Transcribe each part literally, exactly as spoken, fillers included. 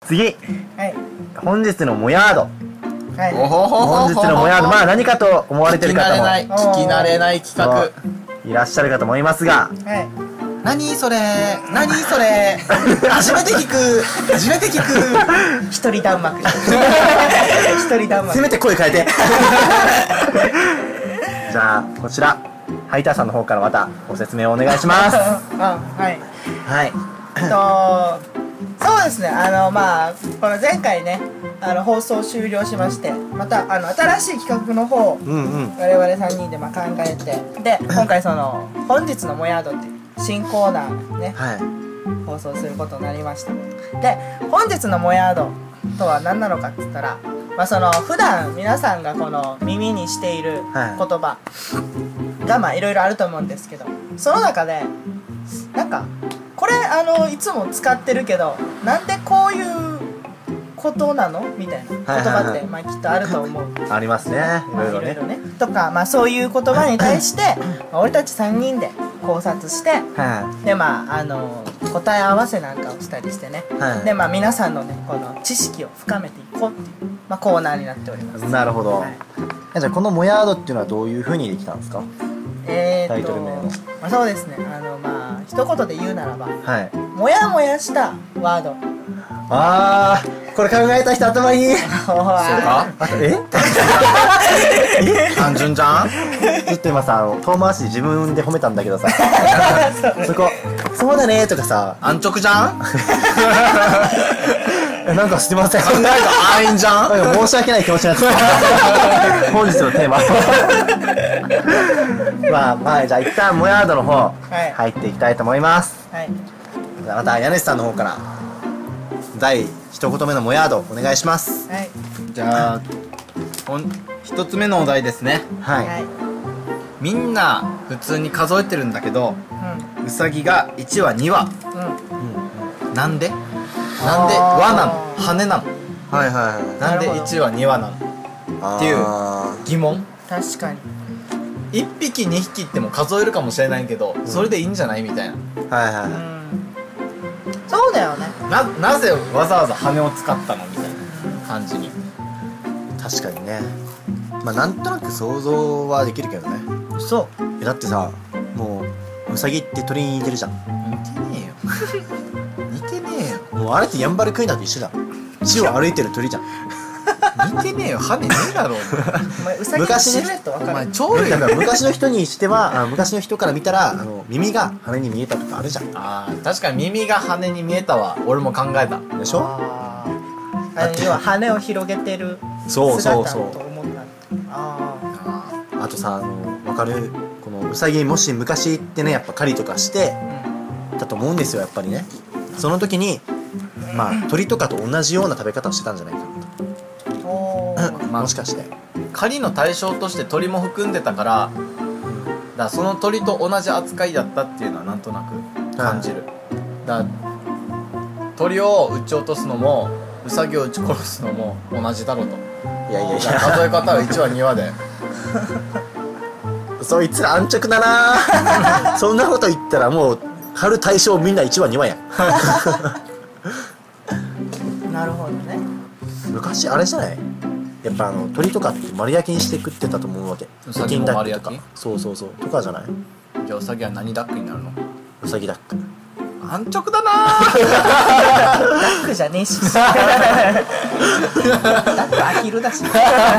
次、 はい、 本日のモヤード。 はい、 本日のモヤード、まあ何かと思われてる方も聞き慣れない企画いらっしゃるかと思いますが、 はい、 何それ何それ初めて聞く初めて聞く一人弾幕一人弾幕せめて声変えてじゃあこちらハイターさんの方からまたご説明をお願いしますあ、はい、 はいえっとそうですね、あのまあこの前回ねあの放送終了しまして、またあの新しい企画の方をうんうん我々さんにんでまあ考えて、で今回その本日のモヤードっていう新コーナーね、 はい放送することになりました。で本日のモヤードとは何なのかって言ったら、まあその普段皆さんがこの耳にしている言葉がまあいろいろあると思うんですけど、その中でなんかこれあのいつも使ってるけどなんでこういうことなのみたいな言葉ってまあきっとあると思う。 ありますね、いまあろいろね。 とか、まあ、そういう言葉に対してまあ俺たちさんにんで考察して、 はでまああの答え合わせなんかをしたりしてね、 はいでまあ皆さんのねこの知識を深めていこうっていう、まあ、コーナーになっております。 い、なるほど、 はい、 じゃあこのモヤードっていうのはどういう風にできたんですか？ えー、っとタイトル名のまあ、そうですね、あのまあ一言で言うならばはい。 モヤモヤしたワードあー、これ考えた人頭いい。 そうかあえ単純じゃんちょっと今さ、あの遠回しで自分で褒めたんだけどさそこそうだねとかさ、 安直じゃんえなんかすいません、 考えが安易じゃんなんか申し訳ない気持ちになってた本日のテーマまあまあじゃあ一旦モヤードの方はい入っていきたいと思います。 はいじゃあまた家主さんの方から第一言目のモヤードお願いします。 はいじゃあほん一つ目のお題ですね。 はい、 はい、 みんな普通に数えてるんだけどうんうさぎがいちわにわうんなんでなんであーわなの羽なのはいはいはいなんでなるほどいちわにわなのっていうあ疑問。 確かにいっぴきにひきっても数えるかもしれないけど、それでいいんじゃないみたいな。 ーはいはいはい、 うんそうだよね。 ななぜわざわざ羽を使ったのみたいな感じに。 確かにね。まあなんとなく想像はできるけどね。 そえだってさ、もうウサギって鳥に似てるじゃん。 似てねえよ似てねえよもうあれってヤンバルクイナと一緒だ。地を歩いてる鳥じゃん。 似てねえよ羽ねえだろう。お前ウサギのシルエットわお前かる？ 超いいだから昔の人にしては、あの昔の人から見たらあの耳が羽に見えたとかあるじゃん。 あー確かに耳が羽に見えたわ。俺も考えた。 でしょ？ あーあの要は羽を広げてるそうそう姿そうと思った。あああとさ、あのわかる？このウサギもし昔ってねやっぱ狩りとかしてあ、 だと思うんですよやっぱりね。その時にまあ鳥とかと同じような食べ方をしてたんじゃないかなと。 うん、おーまあもしかして。 狩りの対象として鳥も含んでたから、だからその鳥と同じ扱いだったっていうのはなんとなく感じる。だから鳥を撃ち落とすのもウサギを撃ち殺すのも同じだろうと。 いやいやいだから数え方はいちわにわで。 や、そいつら安直だなそんなこと言ったらもう狩る対象みんないちわにわやんなるほどね。 昔あれじゃない？やっぱあの鳥とかって丸焼きにして食ってたと思うわけ。 ウサギも丸焼き北京ダックとかそうそうそうとかじゃない？ じゃあウサギは何ダックになるの？ ウサギダック。 安直だなダックじゃねえし。ダックアヒルだし。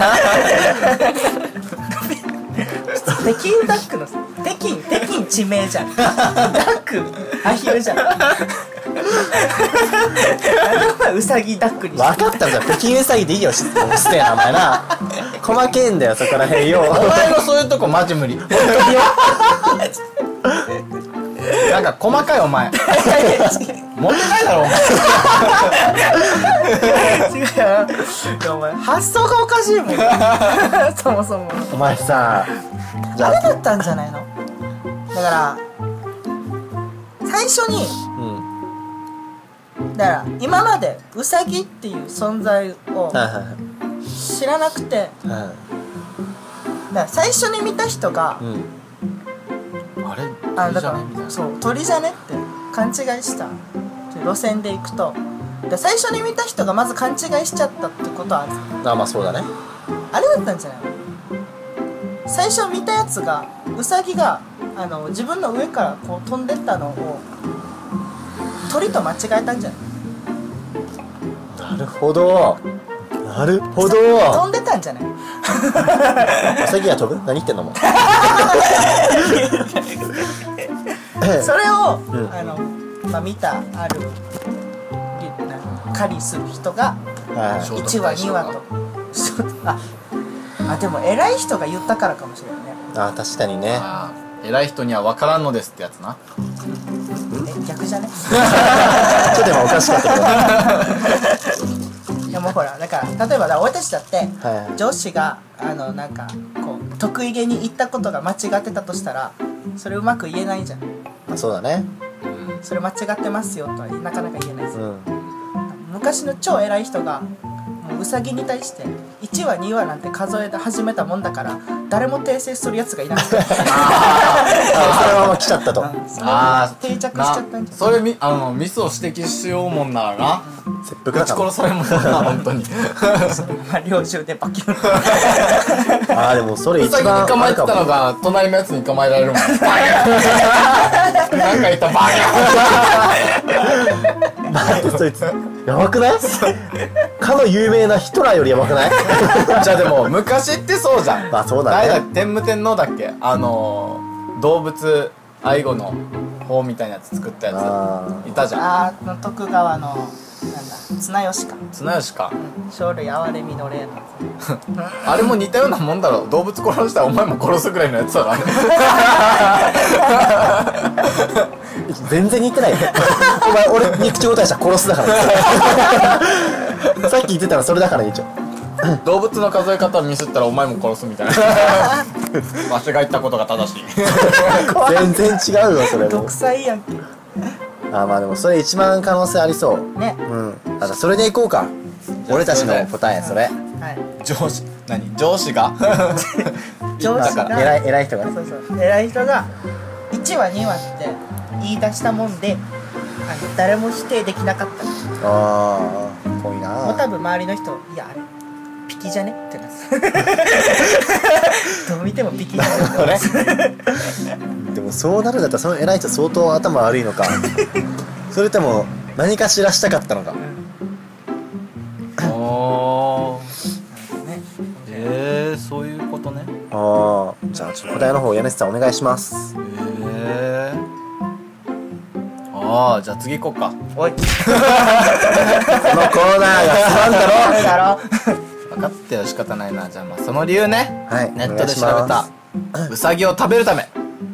北京ダックの北京北京地名じゃん。ダックアヒルじゃん。なんでお前ウサギダックにして分かったじゃん、北京ウサギでいいよ、し捨てや名前な細けえんだよそこらへんよお前のそういうとこマジ無理。本当によなんか細かいお前モテないだろお前。 違うよ。いやお前発想がおかしいもん。そもそも。 お前さ、じゃあれあだったんじゃないの？だから最初にうんだから今までウサギっていう存在をはいはいはい知らなくて、だはから最初に見た人がい、うんあれあのだか鳥じゃねみたいな。 らそう鳥じゃねって勘違いした路線で行くと、 で最初に見た人がまず勘違いしちゃったってことはある。 あまあそうだね。 あれだったんじゃないの？最初見たやつがウサギがあの自分の上からこう飛んでったのを鳥と間違えたんじゃない？ なるほどなるほど。 飛んでたんじゃない？ ウサギが飛ぶ？何言ってんのもうそれを、 うん、 あの、まあ、見たある狩りする人がいちわにわとああでも偉い人が言ったからかもしれないね。 あ確かにね。 あ偉い人には分からんのですってやつな。 え逆じゃねちょっと今おかしかったけどいやもうほらだから例えばだ俺たちだって、 はい、 上司があのなんかこう得意げに言ったことが間違ってたとしたらそれうまく言えないじゃん。 あそうだね。 それ間違ってますよとはなかなか言えないです、 うん、 昔の超偉い人がもうウサギに対していちわにわなんて数え始めたもんだから誰も訂正するやつがいなくてああそのまま来ちゃったと。 あ定着しちゃったんじゃない？ それみあのミスを指摘しようもんならな切腹だ撃ち殺されるもんな本当に領州でバキュンあーでもそれウサギに一番構えてたのが隣のやつに構えられるもんバキャンなんか言ったバキャン待ってそいつやばくない？かの有名なヒトラーよりやばくない？ じゃあでも昔ってそうじゃん。 まあそうだね。 誰だ天武天皇だっけあのー、動物愛護の法みたいなやつ作ったやついたじゃん。 あー徳川のなんだ綱吉か綱吉か、 うん、生類憐れみの例のあれも似たようなもんだろ。動物殺したらお前も殺すぐらいのやつだろあれ全然似てないよお前俺肉中大したら殺すだからさっき言ってたらそれだから一応動物の数え方をミスったらお前も殺すみたいなわしが言ったことが正しい全然違うよそれも独裁やんけあまあでもそれ一番可能性ありそうね。 うんだからそれでいこうか。俺たちの答えそれ、 はい上司何上司が上司が偉い偉い人がね。 そうそう偉い人がいちわにわって言い出したもんであの誰も否定できなかったああぽいな。 もう多分周りの人いやあれピキじゃねってなってどう見てもピキじゃねってでもそうなるんだったらその偉い人相当頭悪いのかそれとも何かしらしたかったのか。 おーねえー、そういうことね。 ああじゃあちょっと答えの方柳瀬さんお願いします。 えー、ああじゃあ次行こうか。 おいこのコーナーがすまんだろ誰だろ分かってよ仕方ないな。じゃあまあその理由ね、 はいネットで調べお願いたしウサギを食べるため。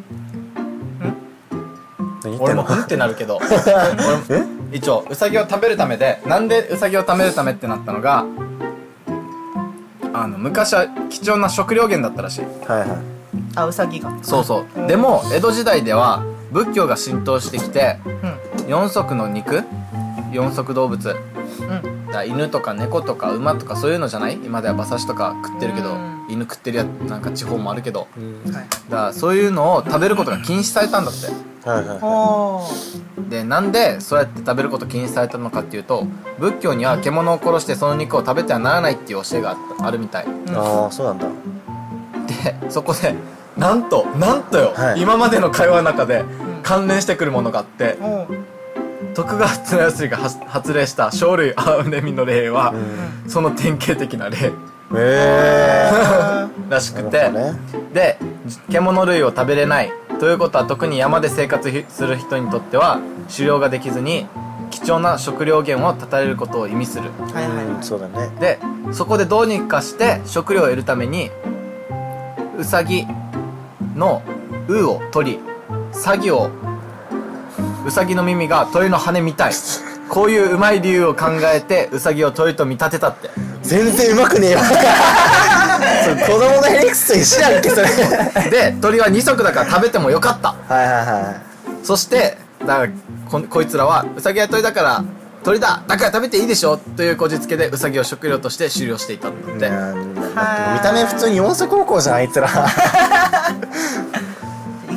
何言ってんの俺もうんってなるけど俺も一応ウサギを食べるためで、なんでウサギを食べるためってなったのがあの昔は貴重な食料源だったらしい。 はいはいあウサギがそうそう、 うん、 でも江戸時代では仏教が浸透してきてうん四足の肉四足動物うんだ犬とか猫とか馬とかそういうのじゃない。今では馬刺しとか食ってるけど、 うん犬食ってるやつなんか地方もあるけど、 うんはいだからそういうのを食べることが禁止されたんだって。 はいはいおーでなんでそうやって食べること禁止されたのかっていうと、仏教には獣を殺してその肉を食べてはならないっていう教えがあったあるみたいああそうなんだ。 で、そこでなんとなんとよ、 はい今までの会話の中でん関連してくるものがあって、 おう徳川綱吉が発発令した生類憐れみの例は、 うんその典型的な例へあらしくて、 なるほどねで獣類を食べれないということは特に山で生活する人にとっては狩猟ができずに貴重な食料源を断たれることを意味する。 ーはいはいうんはいそうだね。 でそこでどうにかして食料を得るためにウサギの「う」を取りサギをウサギの耳が鳥の羽みたい、こういううまい理由を考えてウサギを鳥と見立てたって。 全然うまくねえよそれ子供のヘリクスと一緒やんけそれで鳥は二足だから食べてもよかった。 はいはいはそしてだから こ, こいつらはウサギは鳥だから鳥だだから食べていいでしょというこじつけでウサギを食料として狩猟していたんだって。 いいやーだって見た目普通に四足歩行じゃんあいつら意外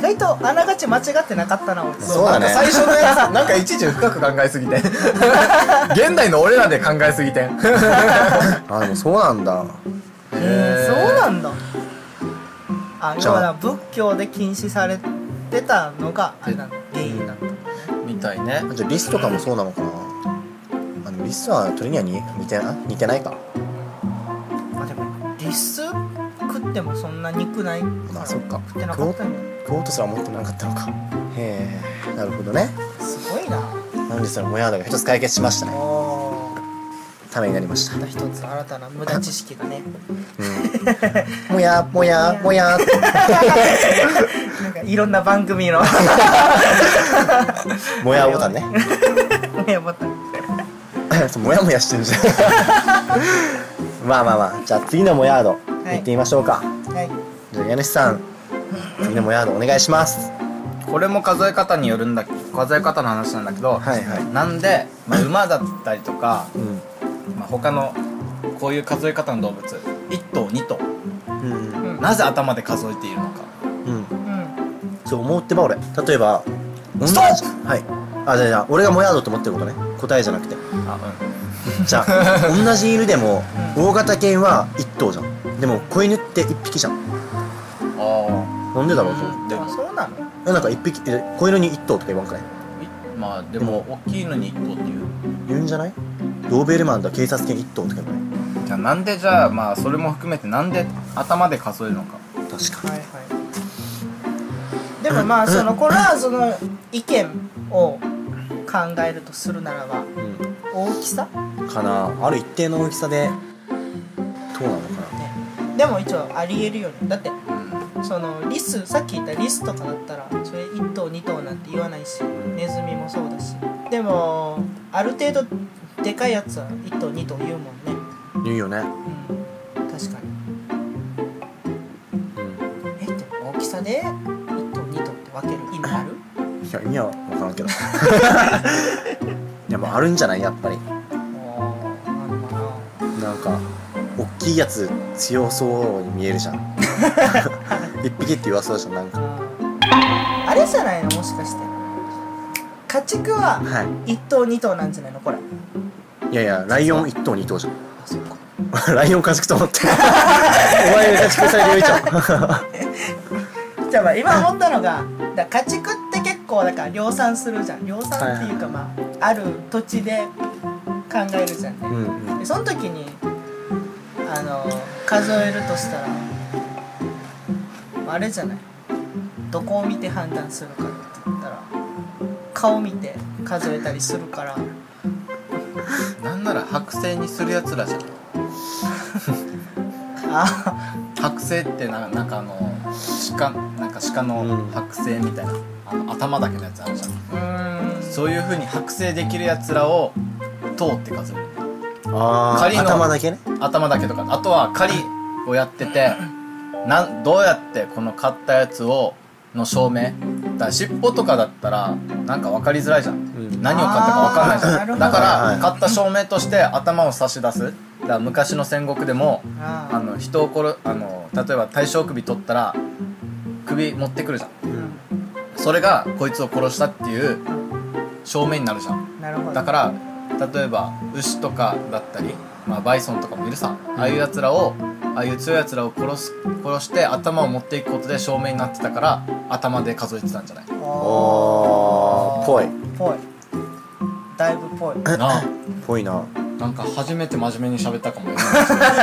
外とあながち間違ってなかったな俺。 そうだねなんか最初のやつなんかいちいち深く考えすぎて現代の俺らで考えすぎてんあでもそうなんだ。 えー、そうなんだ。あ、 じゃあ要は仏教で禁止されてたのがあれなの原因だったのね。 みたいね。 じゃあリスとかもそうなのかな。あのリスは鳥にはに似てな似てないか。 まあでもリス食ってもそんな肉ないからまあそっか食ってなかったんだ。 食おうとすら思ってなかったのか。へえ、なるほどね。 すごいな。 なんでそのモヤードが一つ解決しましたね。 おー、 ためになりました。 また一つ新たな無駄知識がね。 うん、もやもやもやなんかいろんな番組のもやボタンね。 もやボタン。 もやもやしてるじゃん。まあまあまあ、じゃあ次のモヤードはい行ってみましょうか。 はい。 じゃあ家主さん、次のモヤードお願いします。 これも数え方によるんだ数え方の話なんだけど、 はいはい。 なんで、まあ、馬だったりとか、 うんまあ、他のこういう数え方の動物いっ頭に頭うんうんなぜ頭で数えているのか。 うん。 うん。 そう思ってば俺、例えばストッはい。あ、じゃあじゃあ俺がモヤードと思ってることね。答えじゃなくて。 あ、 じゃあ同じ犬でも大型犬はいっ頭じゃん。でも子犬っていっぴきじゃん。 うん、あなんでだろうと思って。 あ、そうなの？ えなんかいっぴきえ子犬にいっ頭とか言わんかい？ あ、まあでも大きいのにいっ頭っていう。 言うんじゃない？ドーベルマンだ警察犬いっ頭とか言わない？ じゃあなんでじゃあまあそれも含めてなんで頭で数えるのか。 確かはいはい。でもまあそのこれはその意見を考えるとするならばに。うん。 大きさ、 かなある一定の大きさでどうなのかね、でも一応ありえるよね。だってうん、 そのリス、さっき言ったリスとかだったらそれいっ頭に頭なんて言わないし、ネズミもそうだし、でもある程度でかいやつはいっ頭に頭言うもんね。 な。言うよね。 うん、確かに。 うん。 えって大きさでいっ頭に頭って分ける意味ある？ いや意味は分からんけど。いやもうあるんじゃないやっぱり。 あー、なのかな。 なんか大きいやつ強そうに見えるじゃん。一匹って言わそうじゃんなんか。 あれじゃないの、もしかして家畜ははいっ頭に頭なんじゃないのこれ。 いやいやライオン一頭二頭じゃん。 あ、そっか。 ライオン家畜と思って。お前が家畜されるよいちゃん。 じゃあまあ今思ったのが、だから家畜って結構だから量産するじゃん。量産っていうかまあある土地で考えるじゃんね。 うんうん。 でその時にあの数えるとしたらあれじゃない、どこを見て判断するかって言ったら顔見て数えたりするから。 なんなら剥製にするやつらじゃん。 あ、 剥製ってななんかあの鹿なんか鹿の剥製みたいな、あの頭だけのやつあるじゃん。 うーん、 そういう風に剥製できるやつらを頭って数える。 ああ仮の頭だけね。 頭だけとか、あとは狩りをやっててなんどうやってこの買ったやつをの証明だから尻尾とかだったらなんか分かりづらいじゃん、 ん何を買ったか分かんないじゃあーなるほどん。だから、 はい買った証明として頭を差し出す。だから昔の戦国でもああの人を殺あの例えば大将首取ったら首持ってくるじゃん。 うんそれがこいつを殺したっていう証明になるじゃん。 なるほど。 だから例えば牛とかだったり、まあ、バイソンとかもいるさ、ああいうやつらをああいう強いやつらを殺す殺して頭を持っていくことで証明になってたから頭で数えてたんじゃないおーぽいぽい、だいぶぽい。 なあ。 ぽいな。 なんか初めて真面目に喋ったかもよ。 もっ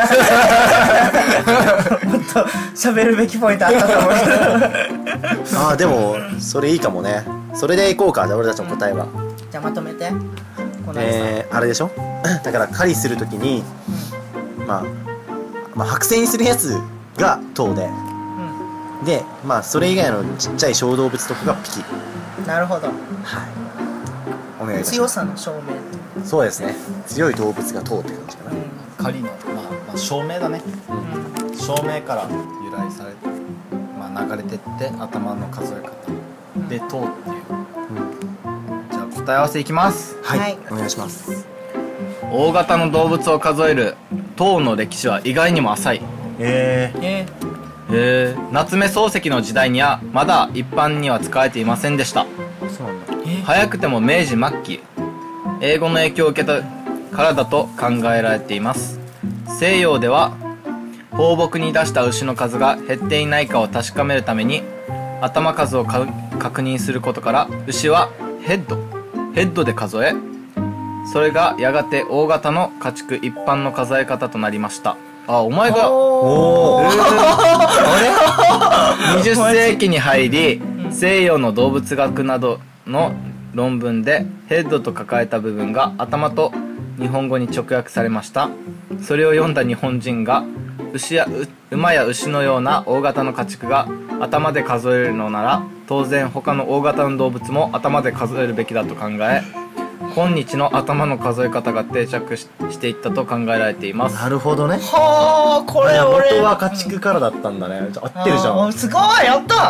と喋るべきポイントあったと思うけど。 あーでもそれいいかもね。それでいこうか。じゃあ俺たちの答えは、 じゃあまとめて。このさん、 えー、あれでしょ。だから狩りするときに、まあ、まあ剥製にするやつが頭で、 うでまあそれ以外のちっちゃい小動物とかがピキ。 ん、なるほど。 はい。お願いいたし強ます。 さの証明っていう。 そうですね。強い動物が頭って感じかな。 狩りの、まあ、まあ証明だね。 うん、 証明から由来されて、まあ、流れてって頭の数え方で頭っていう。じゃあ答え合わせいきます。 はい、 はいお願いします。 大型の動物を数える頭の歴史は意外にも浅い。 ええへえ。夏目漱石の時代にはまだ一般には使われていませんでした。 そうなんだ。 早くても明治末期、英語の影響を受けたからだと考えられています。西洋では放牧に出した牛の数が減っていないかを確かめるために頭数をか確認することから牛はヘッドヘッドで数え、それがやがて大型の家畜一般の数え方となりました。あ、お前がおーあれにじゅっ世紀に入り、西洋の動物学などの論文でヘッドと書かれた部分が頭と日本語に直訳されました。それを読んだ日本人が牛や馬や牛のような大型の家畜が頭で数えるのなら、当然他の大型の動物も頭で数えるべきだと考え、今日の頭の数え方が定着 し, していったと考えられています。 なるほどね。 はあ、これ俺元は家畜からだったんだね。じゃあ合ってるじゃん。 あーすごい、やった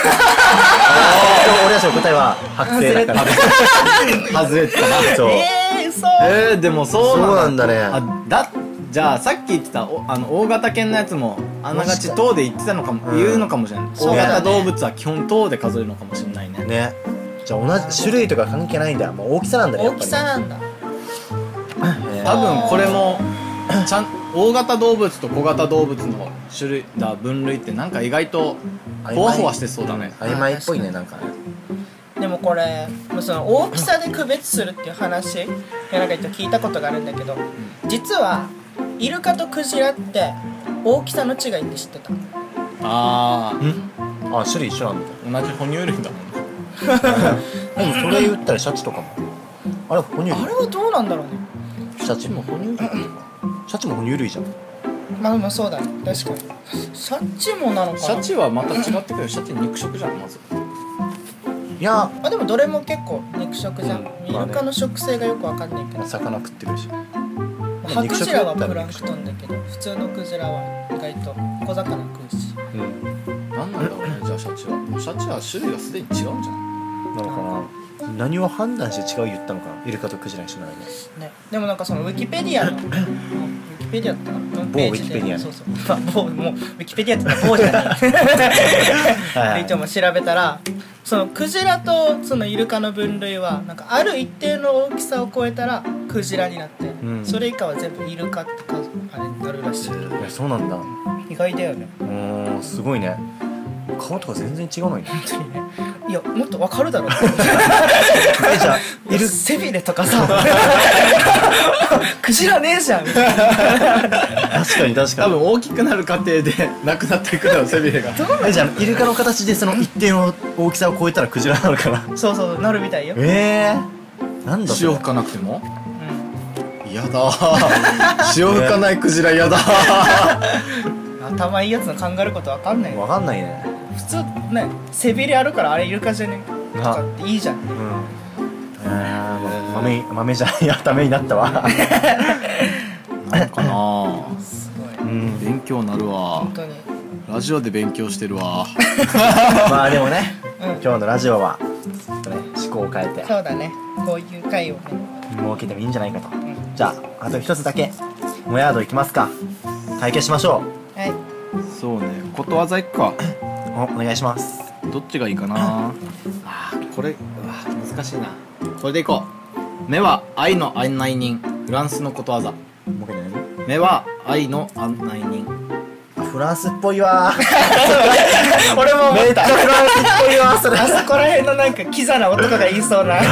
俺たちの答えは剥製だから。 外れてたな。 そう。 えー、そうえー、でもそうなんだ。 そうなんだね。 あだじゃあさっき言ってたおあの大型犬のやつもあながち頭で言ってたのかも、 うん言うのかもしれない。 そうだね大型動物は基本頭で数えるのかもしれないね。 ね。じゃあ同じ種類とか関係ないんだ。もう大きさなんだね。やっ大ぱりきさなんだ。 へー多分これもちゃん大型動物と小型動物の種類だ分類ってなんか意外とほわほわしてそうだね。 曖昧っぽいね、なんかね。 でもこれもうその大きさで区別するっていう話なんか言った聞いたことがあるんだけど、実はイルカとクジラって大きさの違いって知ってた？ ああ、種類一緒なんだ。 あ、同じ哺乳類だもんね。 でもそれ言ったらシャチとかも。あれ哺乳類。 あれはどうなんだろうね。 シャチも哺乳類とか。シャチも哺乳類じゃん。 まあでもそうだね、確かに。シャチもなのかな。 シャチはまた違ってくる。シャチ肉食じゃんまず。 いや、 あ、でもどれも結構肉食じゃん、 うんイルカの食性がよくわかんないけど、 魚食ってるし。 ハクジラはプランクトンだけど普通のクジラは意外と小魚食うし。 うん。 なんなんだろうね。じゃあシャチはシャチは種類がすでに違うんじゃん。 なのかな。何を判断して違う言ったのかな。イルカとクジラにしないね。 ね、でもなんかそのウィキペディアのウィキペディアだったかな、 某ウィキペディアねそうそう、まあ、某もうウィキペディアって言ったら某じゃないはいはいで一応もう調べたら、そのクジラとそのイルカの分類はなんかある一定の大きさを超えたらクジラになって、 うん、 それ以下は全部イルカって数あれになるらしい。 いや、そうなんだ。 意外だよね。 うーん、すごいね。顔とか全然違うのにね。 本当にね。いや、もっとわかるだろうえ、じゃあイル背びれとかさクジラねえじゃんみたいな。 確かに確かに。 多分大きくなる過程でなくなっていくだろう背びれが。 え、じゃあイルカの形でその一定の大きさを超えたらクジラなのかな。 そうそう、なるみたいよ。 えー、なんだそれ。 潮吹かなくてもうん、 嫌だ潮吹かないクジラ嫌だ頭いいやつの考えることわかんないよ。 わかんないね。 普通ね、背びれあるからあれイルカじゃねとかっていいじゃん。 うん。えー、豆豆じゃないや、ためになったわ。 なんかなすごい、 うん。 勉強なるわ。 本当に。 ラジオで勉強してるわ。 まあでもね、 うん、 今日のラジオはちょっとね、思考を変えてそうだね、こういう回をね、 設けてもいいんじゃないかと。 うん、 じゃああと一つだけモヤードいきますか。解決しましょはい。 そうね、ことわざいくか。 う。おお願いします。 どっちがいいかなあーこれうわ難しいな。これでいこう。目は愛の案内人。フランスのことわざ。 もう一回ね。 目は愛の案内人。 フランスっぽいわ俺も思めっちゃった。 フランスっぽいわそれ。 あそこら辺のなんかキザな男が言いそうな。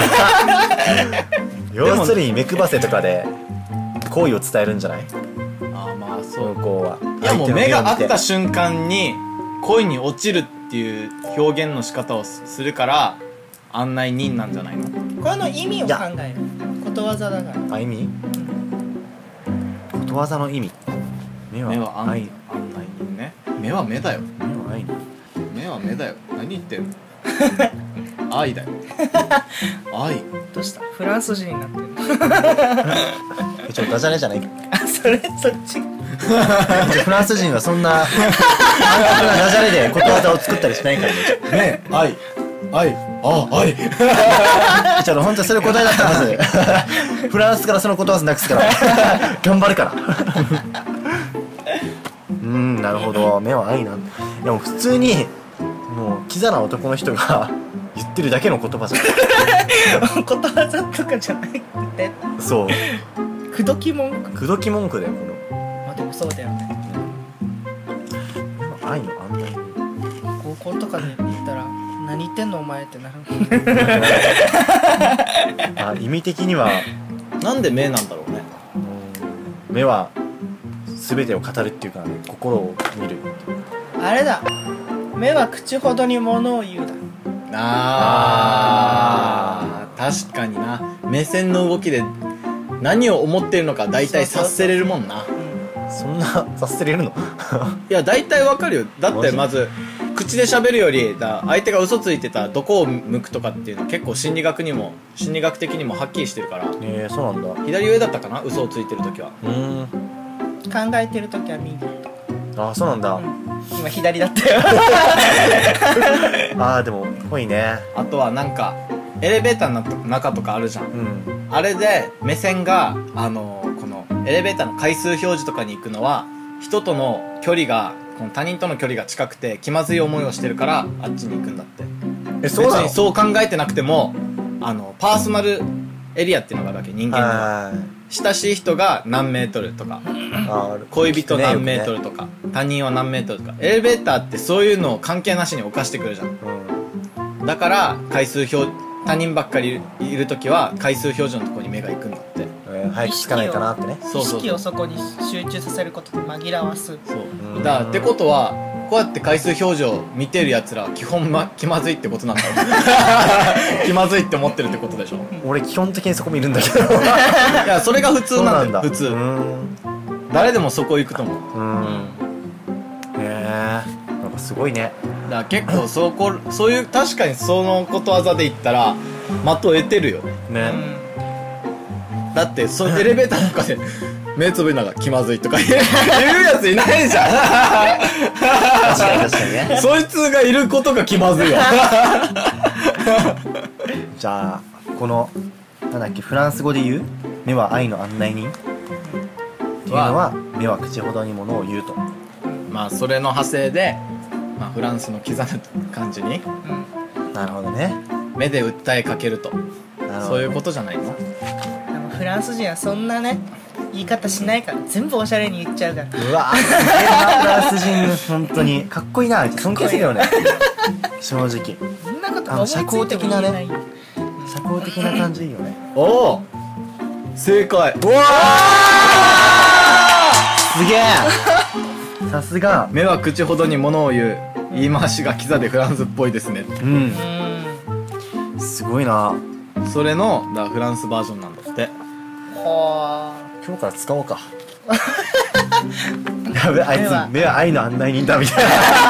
要するに目配せとかで好意を伝えるんじゃない。 ああまあそう向こうはいやもう目が合ったし瞬間に恋に落ちるっていう表現の仕方をするから案内人なんじゃないの。 これの意味を考える。ことわざだから。 あ、意味ことわざの意味。目は目は案愛。 案内人ね。目は目だよ。 目は愛。 目は目だよ。何言ってんの愛だよ。愛。 どうした？フランス人になってる。 ちょっとダジャレじゃないか。 あ、それそっち。 フランス人はそんなダジャレでことわざを作ったりしないからね。 目愛愛あ愛。 ちょっと本当にそれ答えだったはず。フランスからそのことわざなくすから頑張るから。うーん、なるほど。目は愛なん。 やもう普通にもうキザな男の人が言ってるだけの言葉じゃんことわざとかじゃなくてそう口説き文句。 口説き文句だよこまあでもそうだよね。 の愛のあんなに高校とかで言ったら何言ってんのお前ってなる。 あ意味的にはなんで目なんだろうね。 うん目は全てを語るっていうかね心を見るっていうあれだ、目は口ほどに物を言うだ。 あー確かにな。目線の動きで何を思ってるのか大体察せれるもんな。 そんな察せれるのいや大体わかるよ。だってまず口で喋るよりだ相手が嘘ついてたどこを向くとかっていうの結構心理学にも心理学的にもはっきりしてるから。 えー、そうなんだ左上だったかな、嘘をついてる時は。 うーん考えてるときは右。 あーそうなんだ、 うん、今左だったよ。 あーでもぽいねあとはなんかエレベーターの中とかあるじゃん、 うんあれで目線があのこのエレベーターの回数表示とかに行くのは人との距離がこの他人との距離が近くて気まずい思いをしてるからあっちに行くんだって。 えそうなの別にそう考えてなくてもあのパーソナルエリアっていうのがあるわけ人間には。 はい親しい人が何メートルとかあ恋人何メートル、 ルとか他人は何メートルとかエレベーターってそういうのを関係なしに犯してくるじゃん。 うん、 だから回数表他人ばっかりいるときは回数表示のところに目が行くんだって。 えー、早くつかないかなってねそうそう意識をそこに集中させることで紛らわす。 そううんだからってことはこうやって回数表示を見てるやつらは基本、ま、気まずいってことなんだろう。気まずいって思ってるってことでしょ。 俺基本的にそこ見るんだけどいやそれが普通なんだよ。普通うーん誰でもそこ行くと思う。 うーんへえなんかすごいねだから結構そこそういう確かにそのことわざで言ったら的を得てるよね。 ね、 うん、 だってそういうエレベーターとかで目つぶりながら気まずいとか言うやついないじゃん。 確かに確かにねそいつがいることが気まずいよ。 じゃあこのなんだっけフランス語で言う目は愛の案内人っていうのは目は口ほどにものを言うと。 まあそれの派生で、まあ、フランスの刻む感じになるほどね目で訴えかけると、 なるほどねそういうことじゃないの。 でもフランス人はそんなね言い方しないから全部おしゃれに言っちゃうから。 うわーすげえなフランス人本当にかっこいいなって尊敬するよね正直そんなこと思いついても社交的なね言えないよ。 社交的な感じいいよねおお正解。 うわすげえさすが目は口ほどに物を言う言い回しがキザでフランスっぽいですね。 うんうん。 すごいなそれのだフランスバージョンなんだって。 は今日から使おうかやべあい目はつ目は愛の案内人だみたい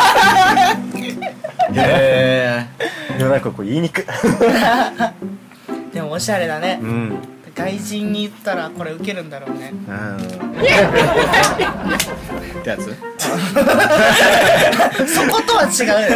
なへでもなんかこれ言いにくあ。でもおしゃれだねう。ん外人に言ったらこれウケるんだろうね。 うんえってやつ。 そことは違うよ。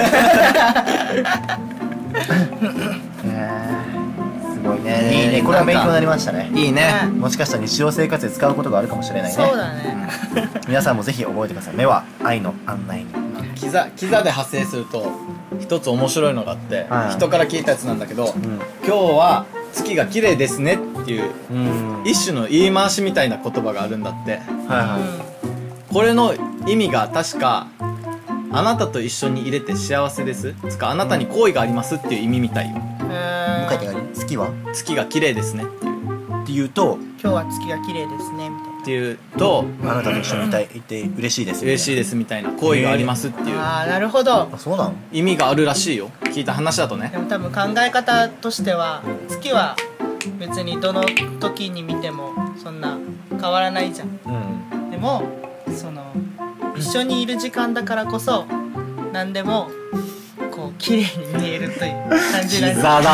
すごいねいいねこれは勉強になりましたね。 いいね。 もしかしたら日常生活で使うことがあるかもしれないね。 そうだね。 皆さんもぜひ覚えてください。目は愛の案内人。 キザキザで派生すると一つ面白いのがあって、 はい人から聞いたやつなんだけど、 うん今日は月が綺麗ですねっていううん一種の言い回しみたいな言葉があるんだって。 はいはこれの意味が確かあなたと一緒に入れて幸せですつかあなたに好意がありますっていう意味みたいよ。 うん。 い。向井手が月は月が綺麗ですねっていうって言うと今日は月が綺麗ですねみたいっていうとあなたと一緒にいたいいて嬉しいです。 嬉しいですみたいな好意がありますっていうな。ああ、なるほど。 あそうなの？ 意味があるらしいよ。聞いた話だとねで。も多分考え方としては月は別にどの時に見てもそんな変わらないじゃん。 うん。 でもその一緒にいる時間だからこそ何でもこう綺麗に見えるという感じなんです。 だわ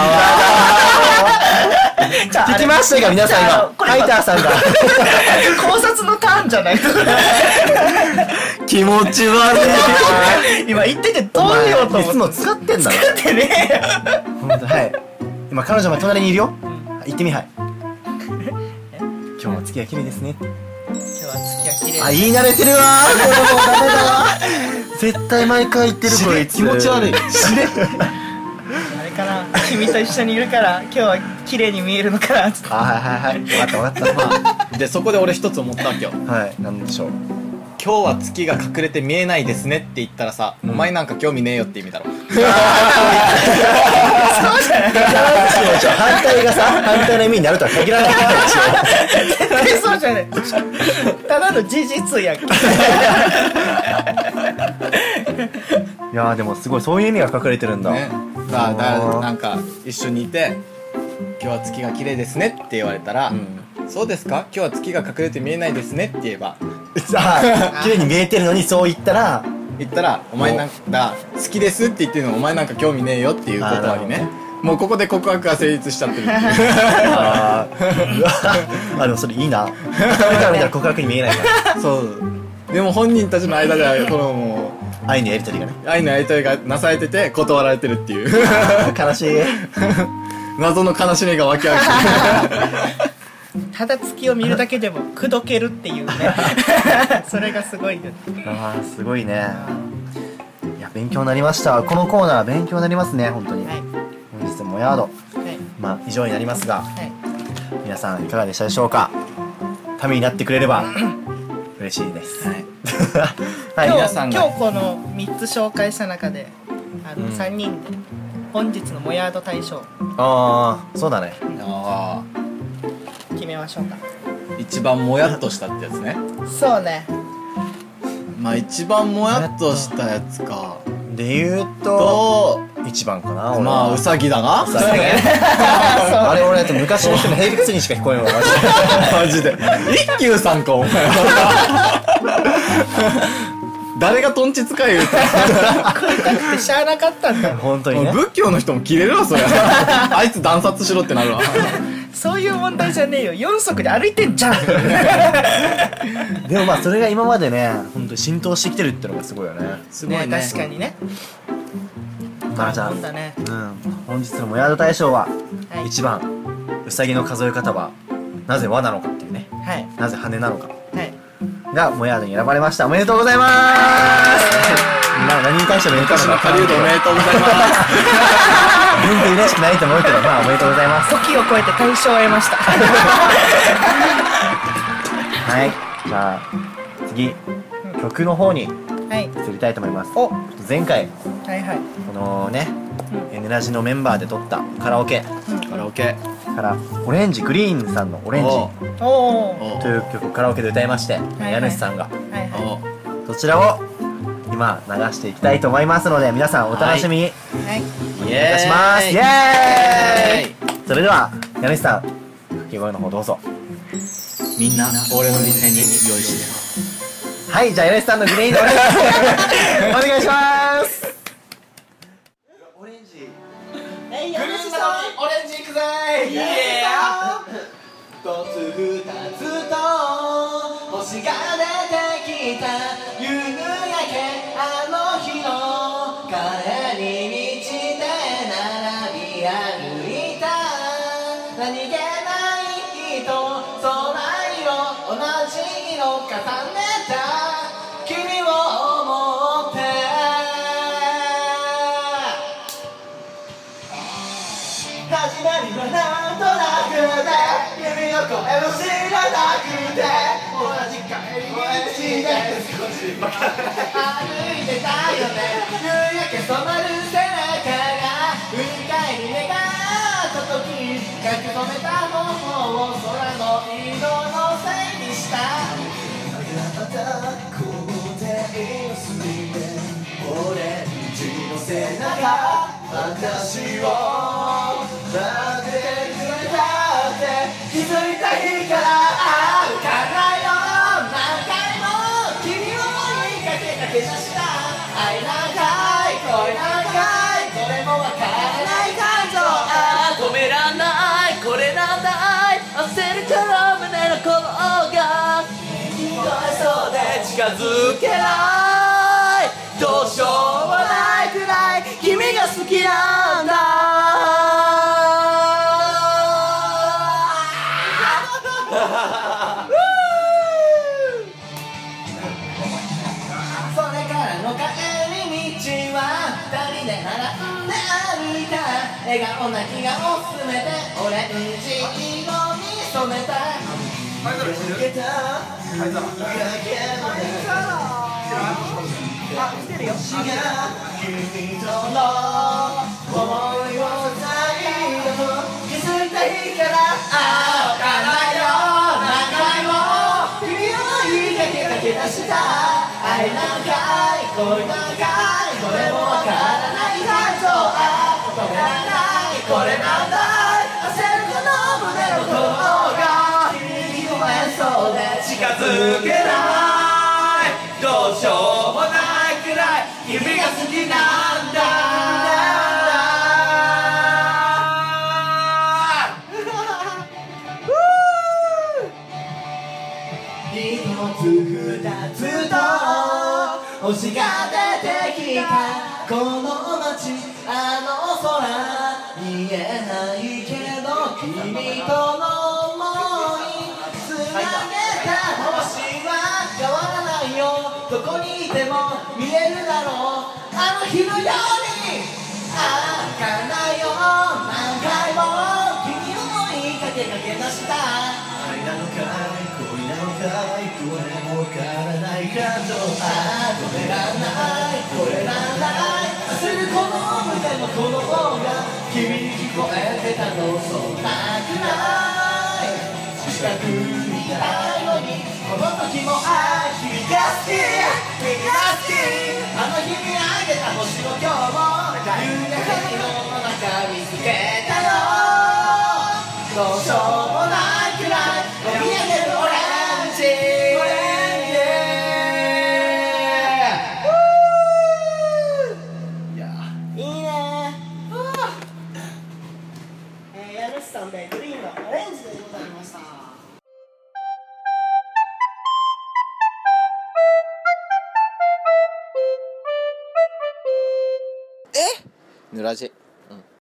聞きましたか皆さん今。ハイターさんが考察のターンじゃない。 気持ち悪い。 今言っててどうしようといつも思って使ってんだな。 ってね。 本当はい。今彼女も隣にいるよ。行ってみはい。今日も月が綺麗ですね。 今日は月が綺麗。 あ、言い慣れてるわー。これもうダメだわ。絶対毎回言ってるこいつ。 気持ち悪い。しれ。 あれかな、君と一緒にいるから今日は綺麗に見えるのかなっつって。 あ、はいはいはい。分かった分かった。 まあ、でそこで俺一つ思ったわけよ。 はい、なんでしょう。 今日は月が隠れて見えないですねって言ったらさ、 うんお前なんか興味ねえよって意味だろ。 そうじゃない。 反対がさ、反対の意味になるとは限らないから絶対そうじゃない。ただの事実やんけ。 いやーでもすごい、そういう意味が隠れてるんだ。 ね、だだあーなんか一緒にいて今日は月が綺麗ですねって言われたら、 うんそうですか、今日は月が隠れて見えないですねって言えば、 さあ、綺麗に見えてるのにそう言ったら、 言ったらお前なんか好きですって言ってるのお前なんか興味ねえよっていうことはね、もうここで告白が成立しちゃってるっていう。 あーうわあ、でもそれいいな。見たら見たら告白に見えないかそうでも本人たちの間ではこのもら。愛のやりとりがね。 う愛のやりとりがなされてて断られてるっていうあー悲しい。 謎の悲しみが湧き上がってただ月を見るだけでも口説けるっていうね。それがすごいよね。 あーすごいね。いや、勉強になりました。このコーナー勉強になりますね、本当に。 はい本日もヤード、 はいまあ以上になりますが、 はい。 皆さんいかがでしたでしょうか。ためになってくれれば嬉しいです。 はいはい、 今日皆さんが今日このみっつ紹介した中で、あの、 うんさんにんで本日のモヤード大賞ああ、そうだね。 あ決めましょうか。 ー一番もやっとしたってやつね。 そうね。 まあ一番もやっとしたやつかで言うとと、 一番かな。俺はまあウサギだな。 うさぎね。あれ俺だって昔の人の平屈にしか聞こえんわ、マジで。 マジで一休さんかお前。誰がトンチ使い言うて食いたくてしゃあなかったんだよ。 本当にね。 仏教の人もキレるわそりゃ。あいつ断殺しろってなるわ。 そういう問題じゃねえよ。よん足で歩いてんじゃん。 でもまあそれが今までね、本当に浸透してきてるってのがすごいよね。 すごいね。 ね、確かにね。 まあじゃあ、 そうだね。 うん、本日のモヤード大賞ははい一番、うさぎの数え方はなぜ輪なのかっていうね、 はいなぜ羽なのかはい。 がモヤードに選ばれました。おめでとうございます。まあ何に対しても言うか昔の狩人おめでとうございます。 全然嬉しくないと思うけど、まあおめでとうございます。 時を超えて大賞を得ました。 はい、じゃあ次、曲の方にはい。 移りたいと思います。 お、は前回いはい。 このね、 う N ラジのメンバーで撮ったカラオケカラオケ。 からオレンジグリーンさんのオレンジおおー。 おという曲をカラオケで歌いまして、 はい家主さんがはいはおそちらを今流していきたいと思いますので、皆さんお楽しみにい。はい。 お願いいたします。イエーイ。それでは家主さん、掛け声の方どうぞ。 みんな俺の店に用意してはい、じゃあ家主さんのグリーンのオレンジお願いします。オレンジえい、家主さん。 オレンジいくぜイエーイ。 一つ二つと星が出てきた夕焼けあの日の帰り道で並び歩いた何気ない人空色同じ色重ねた君を思って始まりはなんとなくで君の声を知らなくて同じ帰り道で少しばかり歩いてたよね夕焼け染まる背中が振り返り目があった時書き留めた頬を空の色のせいにしたあなた校庭の隅でオレンジの背中私を待ってくれたって気づいた日から会うかないよ何回も君を追いかけ駆け出した愛なんかい恋なんかいどれもわからない感情あ止めらんないこれなんだい焦るから胸の鼓動が聞こえそうで近づけないどうしようもないくらい君が好きなんだ顔な気がを進めてオレンジ色に染めた灰皿してる？ けた灰皿。 あ、来てるよ。君との想いを再度気づいた日からああからよ何回も君を言いかけかけ出した愛なんかい恋なんかいこれもわからない感情ああ止められないこれなんだい焦るこの胸の鼓動が君に聞こえそうで近づけないどうしようもないくらい君が好きなんだ一つ二つと星が出てきたこの街あの空見えないけど君との想いつなげた星は変わらないよどこにいても見えるだろうあの日のようにああかないよ何回も君を追いかけかけ出した愛なのかい恋なのかいこれもわからない感情ああこれらないこれらない焦るこの胸の鼓動が君に聞こえてたのそんなくらい近くにいたようにこの時もああ君が好き君が好きあの日見上げた星の今日も夕焼けの中見つけたよどうしようもないくらい見上げるオレンジオレンジいやいいねえー、家主さんでグリーンのオレンジでございましたぬらじ